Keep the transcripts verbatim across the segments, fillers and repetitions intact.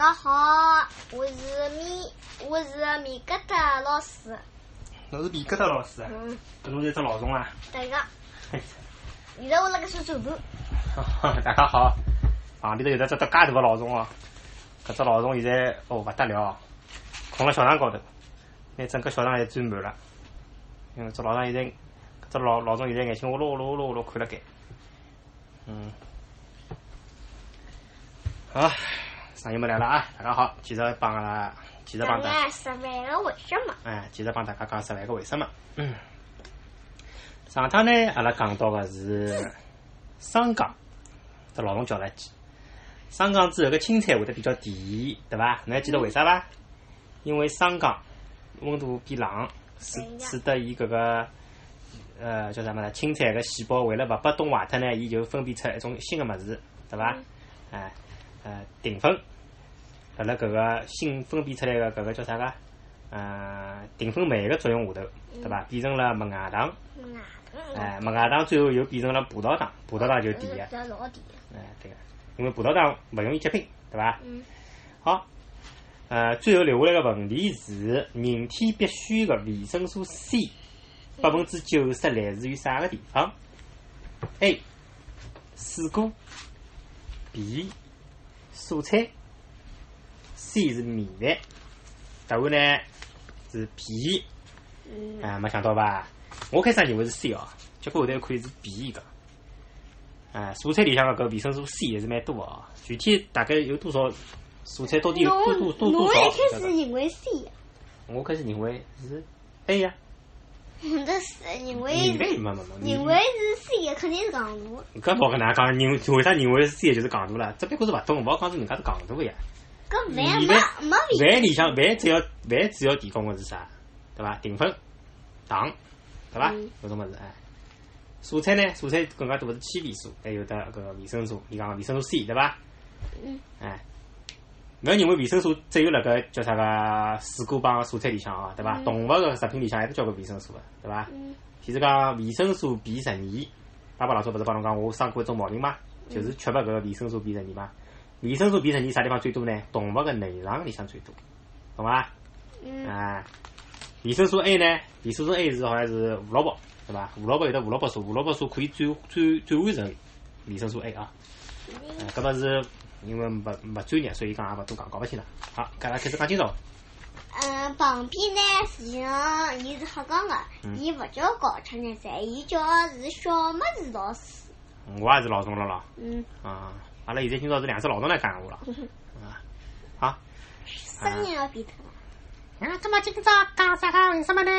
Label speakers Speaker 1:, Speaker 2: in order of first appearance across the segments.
Speaker 1: 家好，我是米，我是米疙瘩老师。
Speaker 2: 侬是米疙瘩老师啊？
Speaker 1: 嗯。
Speaker 2: 搿侬是一只老虫啊？
Speaker 1: 对个。现在我辣盖数手盘。
Speaker 2: 大家好，房里头有只只介大个老虫哦。搿只老虫现在哦勿得了，困辣小床高头，拿整个小床侪占满了。因为只老床现在，搿只老老虫现在眼睛喔咯喔咯喔咯喔咯看辣盖。嗯。好，朋友们来了啊！大家好，继续帮阿拉，继续帮大家。
Speaker 1: 十万个为什么？
Speaker 2: 哎，继续帮大家讲十万个为什么。嗯。上趟呢，阿拉讲到个是霜降，这老虫叫了几？霜降之后个青菜会得比较甜，对伐？侬还记得为啥伐？因为霜降温度变冷，使使得伊搿个呃叫啥么呢？青菜个细胞为了勿拨冻坏脱呢，伊就分泌出一种新个物事，对伐？哎。呃，淀粉，辣辣搿个新分泌出来个搿个叫啥个？呃，淀粉酶个作用下头，对伐？变成了麦芽糖。哎，麦芽糖最后又变成了葡萄糖，葡萄糖就甜个。
Speaker 1: 老甜。
Speaker 2: 哎，对个，因为葡萄糖勿容易结冰，对伐？
Speaker 1: 嗯。
Speaker 2: 好，呃，最后留下来个问题是，人体必需个维生素 C， 百分之九十来自于啥个地方 ？A. 水果 B. 蔬菜 ，C 是面饭，答案呢是 B。嗯。啊，没想到吧？我开始认为是 C 哦，结果后头看是 B 一个。啊，蔬菜里向个搿维生素 C 也是蛮多哦，具体大概有多少？蔬菜到底有多多多多少？
Speaker 1: 我一开始认为 C。
Speaker 2: 我开始认为是 A 呀。
Speaker 1: 这是认为
Speaker 2: 认为没没没，
Speaker 1: 认为是 C 肯定是戆大。
Speaker 2: 搿勿跟㑚讲，认为啥认为是 C 就是戆大了？只不过是勿懂，勿好讲是人家是戆大个呀。
Speaker 1: 搿饭没没
Speaker 2: 饭里向饭主要饭主要提供个是啥？对伐？淀粉、糖，对伐？搿种物事哎。蔬菜呢？蔬菜更加多是纤维素，还有得搿个维生素，你讲维生素 C， 对伐？
Speaker 1: 嗯。
Speaker 2: 哎，勿要认为维生素只有辣盖叫啥个水果帮蔬菜里向啊，对伐？动物个食品里向还是交关维生素个，对伐？
Speaker 1: 嗯。
Speaker 2: 譬如讲维生素 B 十二，爸爸老早勿是帮侬讲我生过一种毛病嘛，就是缺乏搿个维生素 B 十二嘛。维生素 B 十二啥地方最多呢？动物个内脏里向最多，懂伐？
Speaker 1: 嗯。
Speaker 2: 啊，维生素 A 呢？维生素 A 是好像是胡萝卜，对伐？胡萝卜有得胡萝卜素，胡萝卜素可以转转转换成维生素 A 啊。嗯。搿么是因为勿勿专业，所以讲也勿多讲，搞勿清了。好，搿拉开始讲今朝。
Speaker 1: 嗯，旁边呢，实际上伊是瞎讲个，伊勿叫高吃廿三，伊叫是小么子老师。
Speaker 2: 我也是老虫了咯。
Speaker 1: 嗯。
Speaker 2: 啊，阿拉现在今朝是两只老虫来讲闲话了。啊，好。
Speaker 1: 声音要变脱了。
Speaker 2: 啊，那么今朝讲啥个？为什么呢？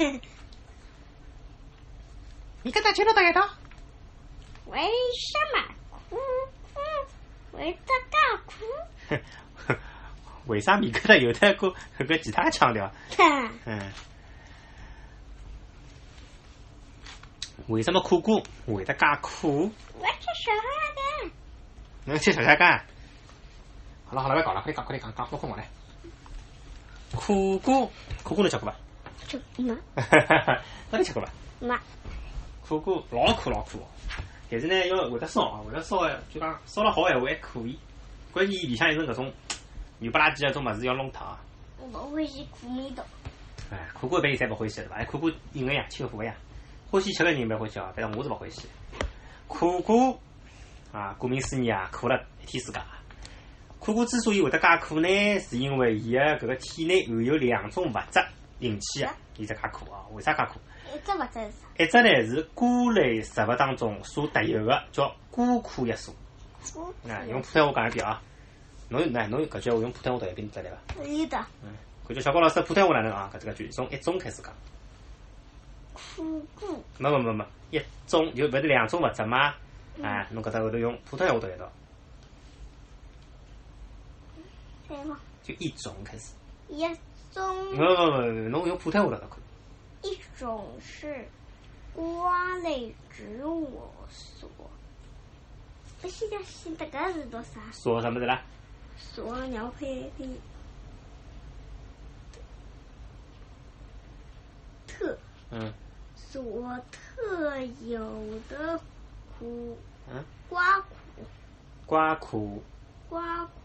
Speaker 2: 你跟他听得到一道？
Speaker 1: 为什么哭哭？为啥干哭？
Speaker 2: 为啥米疙瘩有得个搿个其他腔调？嗯。为什么苦瓜会得介苦？
Speaker 1: 我吃小虾干。
Speaker 2: 侬吃小虾干？好了好了，别搞了，快点讲，快点讲，讲弄困我来。苦瓜，苦瓜侬吃过伐？
Speaker 1: 吃没。
Speaker 2: 那你吃过伐？
Speaker 1: 没。
Speaker 2: 苦瓜老苦老苦，但是呢要会得烧啊，会得烧个就讲烧了好闲话还可以，关键里向有层搿种油不拉几个种物事要弄脱啊。
Speaker 1: 我勿欢喜苦味道。
Speaker 2: 哎，苦瓜一般侪勿欢喜对伐？哎，苦瓜硬个呀，清苦个呀，欢喜吃个人蛮欢喜哦，但是我是勿欢喜。苦瓜啊，顾名思义啊，苦了一天世界。苦瓜之所以会得介苦呢，是因为伊个搿个体内含有两种物质引起个，伊才介苦啊。为啥介苦？
Speaker 1: 一只物质是啥？
Speaker 2: 一只呢是菇类食物当中所特有个，叫菇苦叶素。啊，用普通话讲一遍啊。侬喏，侬搿句话用普通话读一遍得来伐？
Speaker 1: 有的。
Speaker 2: 嗯，感觉小高老师普通话哪能啊？搿这个句从一种开始讲。
Speaker 1: 苦菇。
Speaker 2: 没没没没，一种就勿是两种物质嘛？啊，侬搿搭后头用普通话读一道。
Speaker 1: 对吗？
Speaker 2: 就一种开始。
Speaker 1: 一种。
Speaker 2: 没没没，侬用普通话读读看。
Speaker 1: 一种是瓜类植物所。不是叫新的搿是多啥？
Speaker 2: 说什么子啦？
Speaker 1: 所鸟配的特。
Speaker 2: 嗯。
Speaker 1: 所特有的苦。
Speaker 2: 嗯。
Speaker 1: 瓜苦。
Speaker 2: 瓜苦。
Speaker 1: 瓜苦。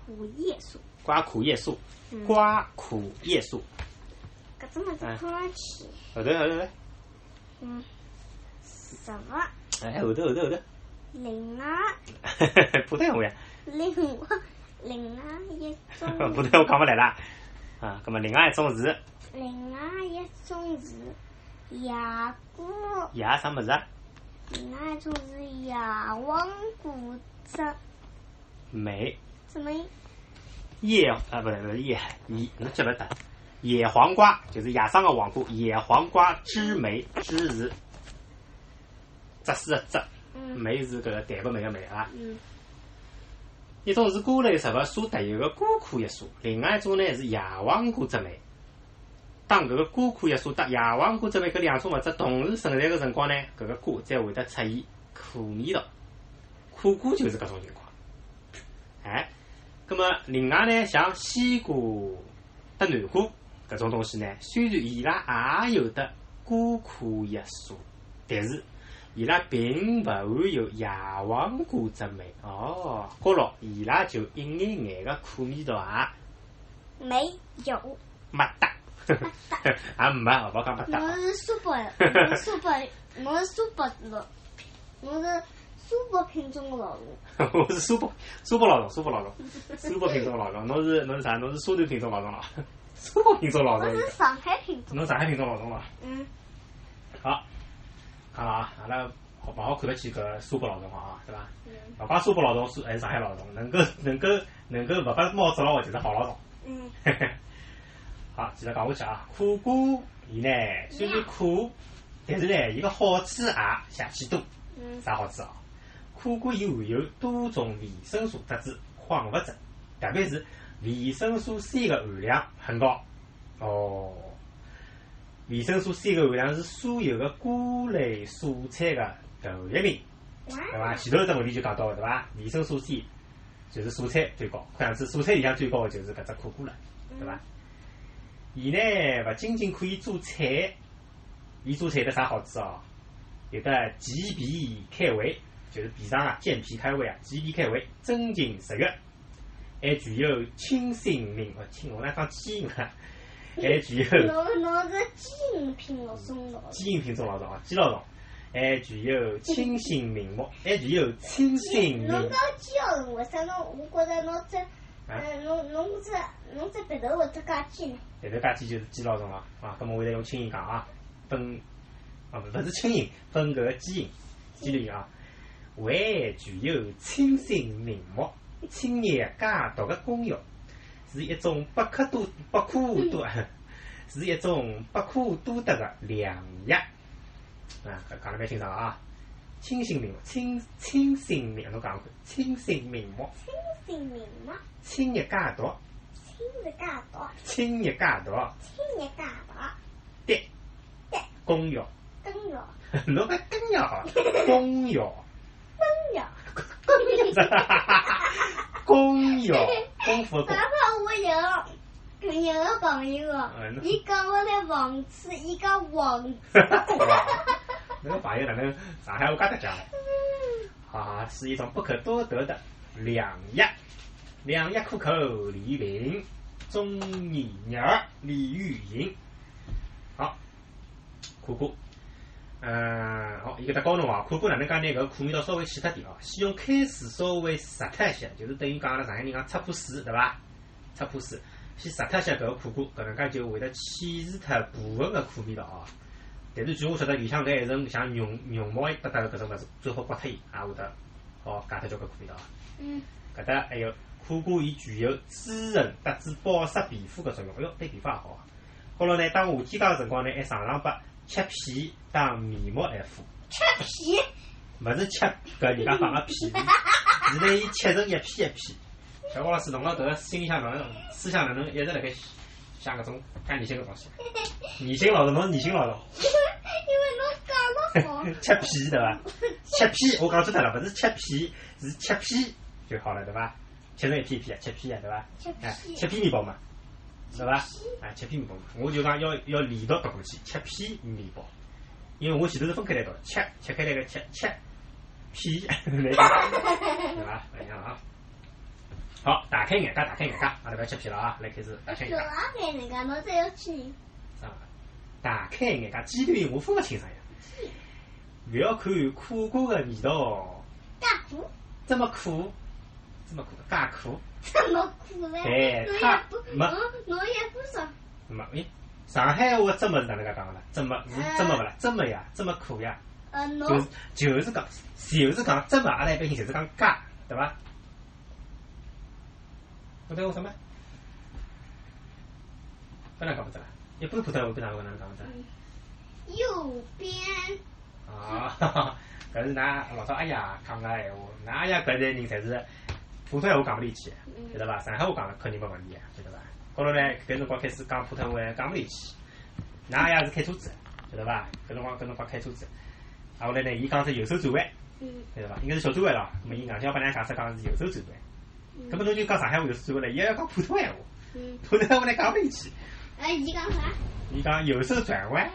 Speaker 1: 苦叶树。
Speaker 2: 瓜苦叶树，瓜苦叶树。
Speaker 1: 搿种物事看上去，
Speaker 2: 后头后头后头。
Speaker 1: 嗯，什么？
Speaker 2: 哎，后头后头后头。
Speaker 1: 另外，
Speaker 2: 普通话呀。
Speaker 1: 另外，另外一种。
Speaker 2: 普通话讲勿来啦。啊，葛末另外一种是。
Speaker 1: 另外一种是野果。
Speaker 2: 野啥物事啊？
Speaker 1: 另外一种是野黄果汁。
Speaker 2: 梅。
Speaker 1: 什么？
Speaker 2: 叶啊，不是不是叶，叶侬记勿得？野黄瓜就是野生个黄瓜，野黄瓜汁梅，汁是汁水个汁，梅是搿个淡白梅个梅啊。
Speaker 1: 嗯。
Speaker 2: 一种是菇类植物属特有个菇科叶树，另外一种呢是野黄瓜汁梅。当搿个菇科叶树搭野黄瓜汁梅搿两种物质同时存在个辰光呢，搿个菇才会得出现苦味道。苦菇就是搿种情况。哎。咁么，另外呢，像西瓜、搭南瓜搿种东西呢，虽然伊拉也有得菇科叶树，但是伊拉并勿含有野黄瓜汁梅哦。高头伊拉就一眼眼个苦味道啊，
Speaker 1: 没有，
Speaker 2: 没得，也没，勿好讲没得。
Speaker 1: 侬是苏北，侬苏北，侬是苏北的，侬是。苏北品种的老龙，
Speaker 2: 我是苏北苏北老龙，苏北老龙，苏北品种老龙。侬是侬是啥？侬是苏南品种老龙了？苏北品种老龙。
Speaker 1: 我是上海品种。
Speaker 2: 侬上海品种老龙了？
Speaker 1: 嗯。
Speaker 2: 好，看了啊，阿拉好勿好看得起搿苏北老龙啊，对伐？嗯。勿管苏北老龙是还是上海老龙，能够能够能够勿把帽子捞就是好老总。
Speaker 1: 嗯。
Speaker 2: 好，继续讲下去啊。苦瓜伊呢虽然苦，但是呢伊个好处也邪气多。
Speaker 1: 嗯。
Speaker 2: 啥好处啊？苦瓜伊含有多种维生素特质、矿物质，特别是维生素 C 的含量很高。哦，维生素 C 的含量是所有的菇类蔬菜的头一名，对伐？前头一只问题就讲到了，对伐？维生素 C 就是蔬菜最高，看样子蔬菜里向最高的就是搿只苦瓜了，对伐？伊呢勿仅仅可以做菜，伊做菜有得啥好处哦？有的健脾开胃。就是皮上啊，健脾开胃啊，健脾开胃，增进食欲，还具有清性明哦，清我那讲基因啊，还具有。
Speaker 1: 侬侬是基因品老种老。
Speaker 2: 基因品种老种啊，基老种，还具有清性明目，还具有清性明。
Speaker 1: 侬讲基老种，为啥侬？我觉着侬这，嗯，侬侬这侬这鼻头会得加基呢？
Speaker 2: 鼻头加基就是基老种了啊，咁么我再用轻音讲啊，分啊不是轻音，分搿个基因基因啊。还具有清性明目、清热解毒的功效，是一种不可多、不可多，是一种不可多得的良药。啊，讲得蛮清爽啊！清性明目，清清性明，侬讲看，清性明目，
Speaker 1: 清性明目，
Speaker 2: 清热解毒，
Speaker 1: 清热解毒，
Speaker 2: 清热解毒，
Speaker 1: 清热解毒，
Speaker 2: 对，
Speaker 1: 对，
Speaker 2: 功效，
Speaker 1: 功效，
Speaker 2: 侬讲功效好，功效。
Speaker 1: 功药，
Speaker 2: 功药，功夫的功。
Speaker 1: 哪怕我有有个朋友哦，伊讲我来忘词，伊讲忘词。
Speaker 2: 那个朋友哪能上海话讲得讲？哈哈，是一种不可多得的良药，良药可口，利病，中年儿利于营。好，苦瓜。嗯，好，伊搿搭教侬啊，苦瓜哪能介拿搿个苦味道稍微去脱点哦？先用开水稍微杀脱一些，就是等于讲阿拉上海人讲擦破水，对伐？擦破水，先杀脱一些搿个苦瓜，搿能介就会得去除脱部分个苦味道哦。但是据我晓得，里向搿一层像绒绒毛一搭搭搿种物事，最好刮脱伊，也会得好解脱交关苦味道。
Speaker 1: 嗯。
Speaker 2: 搿搭还有苦瓜，伊具有滋润、达至保湿皮肤个作用，哎哟，对皮肤也好。后来呢，当夏天介个辰光呢，还常常把切皮当面膜来敷。
Speaker 1: 切皮？
Speaker 2: 勿是切搿人家放个皮，是拿伊切成一片一片。小高老师，侬个搿个心里向哪能思想哪能一直辣盖想搿种介恶心个东西？恶心老师，侬是恶心老师。
Speaker 1: 因为侬讲得好。
Speaker 2: 切皮对伐？切皮，我讲错脱了，勿是切皮，是切皮就好了，对伐？切成一片一片，切皮啊，对伐？
Speaker 1: 切皮。
Speaker 2: 哎，切片面包嘛，对伐？哎，切片面包嘛，我就讲要要连读读过去，切片面包。因为我前头是分开来读，切切开来个切切皮，对伐？一样啊。 好，打开眼界，打开眼界，阿拉不要吃皮了啊！来开始打开眼界。
Speaker 1: 打开眼界，侬再要去。
Speaker 2: 啊，打开眼界，鸡腿我分不清爽呀。不要看苦瓜的味道。
Speaker 1: 介苦。
Speaker 2: 这么苦，这么苦，介苦。
Speaker 1: 这么苦嘞？
Speaker 2: 对，
Speaker 1: 侬
Speaker 2: 他
Speaker 1: 也不，
Speaker 2: 没
Speaker 1: 侬侬也不说。
Speaker 2: 没，诶，上海话这么是哪能介讲的？这么是这么不啦？这么呀，这么苦呀？
Speaker 1: 呃，侬
Speaker 2: 就是就是讲，就是讲这么，阿拉一般性就是讲介，对伐？普通话什么？不能讲不得啦，一般普通话一般哪能哪能讲不得？
Speaker 1: 右边。
Speaker 2: 啊，哈哈，搿是㑚老早阿爷讲个闲话，㑚阿爷搿代人侪是普通话讲勿离去，晓得伐？上海话讲了肯定没问题，晓得伐？高头呢，搿辰光开始讲普通话讲勿离去，㑚阿爷是开车子，晓得伐？搿辰光搿辰光开车子，啊后来呢，伊讲是右手转弯，晓得伐？应该是小转弯咯，咾么伊硬劲要帮㑚解释讲是右手转弯。搿么侬就讲上海话右手转弯了，伊还要讲普通闲话，普通话呢讲勿离去。
Speaker 1: 哎，伊讲啥？
Speaker 2: 伊讲右手转弯。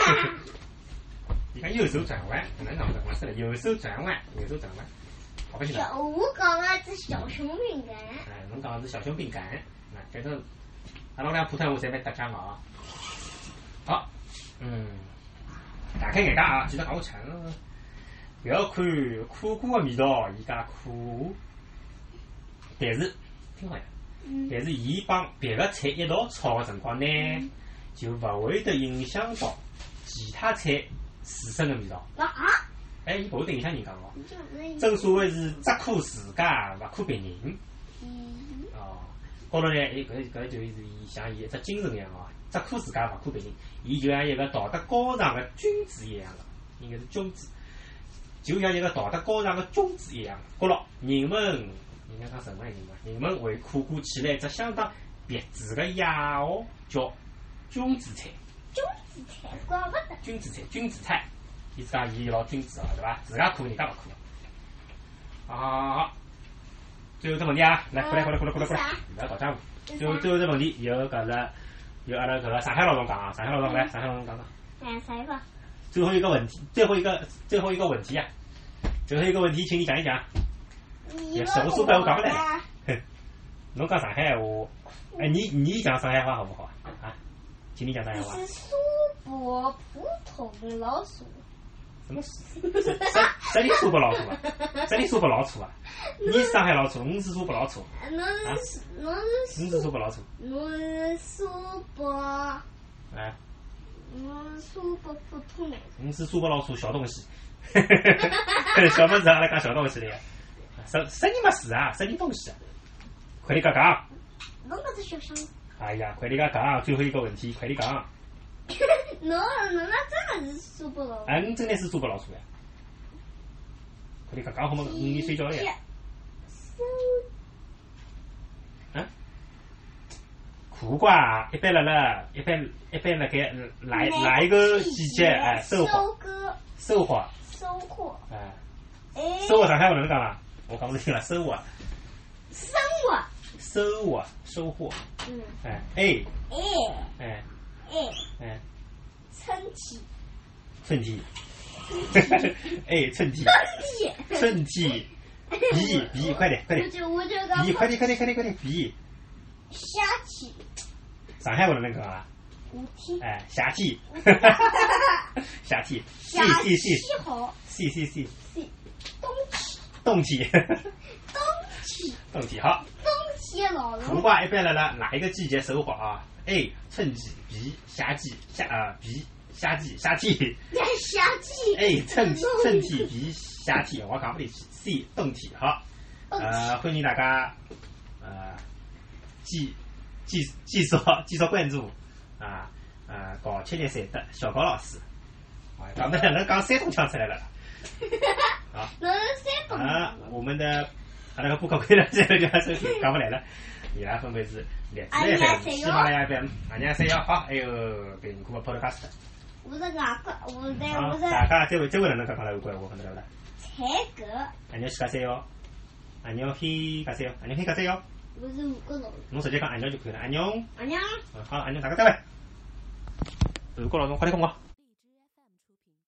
Speaker 2: 伊讲右手转弯，哪能讲的？我说了，右手转弯，右手转弯，好不行的。
Speaker 1: 小我讲了只小熊饼干。
Speaker 2: 哎，侬讲的是小熊饼干，那反正阿拉俩普通话侪蛮搭界个啊。好，嗯，打开眼界啊，记得讲我吃，不要看苦瓜的味道，伊讲苦，但是听好呀，但是伊帮别个菜一道炒的辰光呢，就勿会得影响到其他菜自身的味道。
Speaker 1: 啊？
Speaker 2: 哎，伊勿会得影响人家哦。正所谓是只可自家，勿可别人。
Speaker 1: 嗯。
Speaker 2: 哦，高头呢，哎，搿搿就是伊像伊一只精神一样哦，只可自家，勿可别人。伊就像一个道德高尚的君子一样的，应该是君子，就像一个道德高尚的君子一样。高了，人们应该讲什么人嘛？人们为苦瓜起了一只相当别致的雅号，叫君子菜。
Speaker 1: 君子菜，怪不得。
Speaker 2: 君子菜，君子菜，意思讲伊老君子哦，对伐？自家苦，人家勿苦。好好好，最后一个问题啊，来，过来过来过来过来过来，不要搞账户。最后最后一个问题，由搿个由阿拉搿个上海老总讲啊，上海老总来，上海老总讲讲。
Speaker 1: 哎，啥个？
Speaker 2: 最后一个问题，最后一个最后一个问题啊，最后一个问题，请你讲一讲。
Speaker 1: 你
Speaker 2: 什么苏北话讲不来？侬讲上海话，哎，你你讲上海话好不好啊？请你讲上海话。
Speaker 1: 是苏北普通老鼠。
Speaker 2: 什么？这这里苏北老鼠啊？这里苏北老鼠啊？你是上海老鼠，我是苏北老鼠。
Speaker 1: 侬是侬是
Speaker 2: 你是苏北老鼠。
Speaker 1: 侬是苏北。
Speaker 2: 哎。
Speaker 1: 侬是苏北普通。
Speaker 2: 你是苏北老鼠小东西。小么子阿拉讲小东西的呀？什什人么事啊？什人东西啊？快点讲讲。
Speaker 1: 侬搿只小箱。哎
Speaker 2: 呀，快点讲讲，最后一个问题，快点讲。
Speaker 1: 侬侬那真的是苏北老鼠？
Speaker 2: 哎，你真的是苏北老鼠呀？快点讲讲好么？你睡觉了呀？啊？苦瓜一般辣辣一般一般辣盖哪哪一个季节哎收获？
Speaker 1: 收割。
Speaker 2: 收获。
Speaker 1: 收获。
Speaker 2: 哎。
Speaker 1: 哎。
Speaker 2: 收获上海话哪能讲啦？我讲不清了，收获。
Speaker 1: 收获。
Speaker 2: 收获，收获。
Speaker 1: 嗯。
Speaker 2: 哎哎。
Speaker 1: 哎。
Speaker 2: 哎。
Speaker 1: 哎。
Speaker 2: 哎。
Speaker 1: 春天。
Speaker 2: 春天。哎，春天。春天。鼻鼻，快点快点。
Speaker 1: 我就我就讲。
Speaker 2: 鼻，快点快点快点快点鼻。
Speaker 1: 夏天。
Speaker 2: 上海话哪能讲啊？
Speaker 1: 夏天。
Speaker 2: 哎，夏天。夏天。
Speaker 1: 夏天。七号。
Speaker 2: C C C。
Speaker 1: 冬天。
Speaker 2: 冬天。
Speaker 1: 冬天。
Speaker 2: 冬天好。
Speaker 1: 冬天老了。
Speaker 2: 苦瓜一般辣辣哪一个季节收获啊 ？A. 春季 B. 夏季夏啊 B. 夏季夏天。
Speaker 1: 夏天。
Speaker 2: A. 春春天 B. 夏天，我讲不离去。C. 冬天好。呃，欢迎大家呃继继继续继续关注啊啊搞七年三的小高老师。啊，讲的能讲山东腔出来了。好。
Speaker 1: 能山东。
Speaker 2: 啊，我们的啊那个不可亏了，这个就收听讲不来了。伊拉分别是荔枝 F M、喜马拉雅 F M、阿娘三幺好，还有苹果 Podcast。
Speaker 1: 我是外国，我在我是。
Speaker 2: 大家这位这位哪能讲讲来有关我看到了？
Speaker 1: 菜狗。
Speaker 2: 阿娘西加三幺，阿娘黑加三幺，阿娘黑加三幺。
Speaker 1: 我是五个人。
Speaker 2: 侬直接讲阿娘就可以了，阿娘。
Speaker 1: 阿娘。
Speaker 2: 好，阿娘大家再会。五个老总快点跟我。